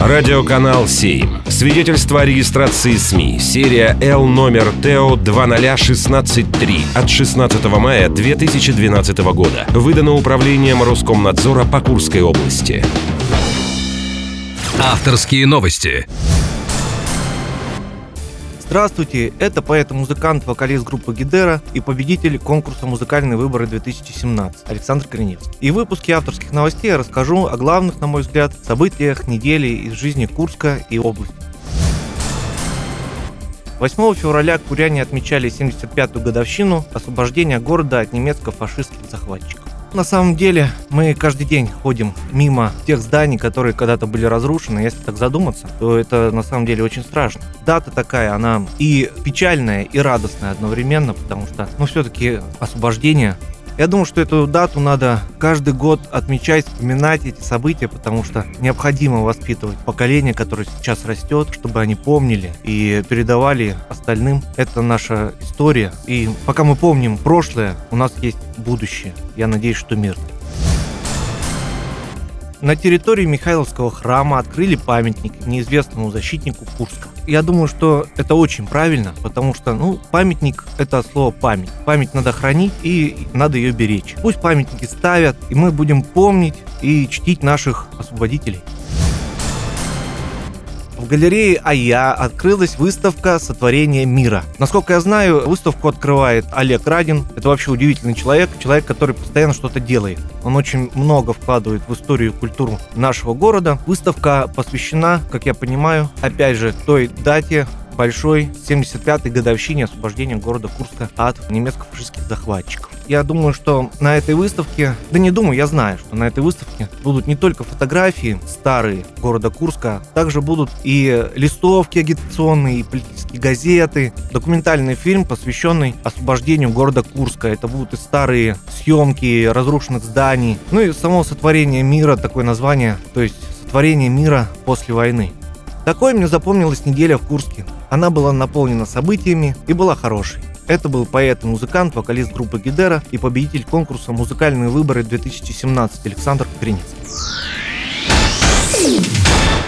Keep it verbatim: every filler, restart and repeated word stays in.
Радиоканал семь. Свидетельство о регистрации СМИ. Серия Л номер ТЭО два ноль один шесть три от шестнадцатого мая две тысячи двенадцатого года. Выдано Управлением Роскомнадзора по Курской области. Авторские новости. Здравствуйте, это поэт и музыкант, вокалист группы Гидера и победитель конкурса «Музыкальные выборы две тысячи семнадцать» Александр Кореневский. И в выпуске авторских новостей я расскажу о главных, на мой взгляд, событиях недели из жизни Курска и области. восьмого февраля куряне отмечали семьдесят пятую годовщину освобождения города от немецко-фашистских захватчиков. На самом деле, мы каждый день ходим мимо тех зданий, которые когда-то были разрушены. Если так задуматься, то это на самом деле очень страшно. Дата такая, она и печальная, и радостная одновременно, потому что, ну, все-таки освобождение. Я думаю, что эту дату надо каждый год отмечать, вспоминать эти события, потому что необходимо воспитывать поколение, которое сейчас растет, чтобы они помнили и передавали остальным. Это наша история. И пока мы помним прошлое, у нас есть будущее. Я надеюсь, что мирное. На территории Михайловского храма открыли памятник неизвестному защитнику Курска. Я думаю, что это очень правильно, потому что, ну, памятник — это слово «память». Память надо хранить и надо ее беречь. Пусть памятники ставят, и мы будем помнить и чтить наших освободителей. В галерее АЯ открылась выставка «Сотворение мира». Насколько я знаю, выставку открывает Олег Радин. Это вообще удивительный человек, человек, который постоянно что-то делает. Он очень много вкладывает в историю и культуру нашего города. Выставка посвящена, как я понимаю, опять же, той дате, большой семьдесят пятой годовщине освобождения города Курска от немецко-фашистских захватчиков. Я думаю, что на этой выставке, да не думаю, я знаю, что на этой выставке будут не только фотографии старые города Курска, также будут и листовки агитационные, и политические газеты, документальный фильм, посвященный освобождению города Курска. Это будут и старые съемки разрушенных зданий, ну и само сотворение мира, такое название, то есть сотворение мира после войны. Такой мне запомнилась неделя в Курске. Она была наполнена событиями и была хорошей. Это был поэт и музыкант, вокалист группы Гидера и победитель конкурса «Музыкальные выборы две тысячи семнадцать» Александр Кореневский.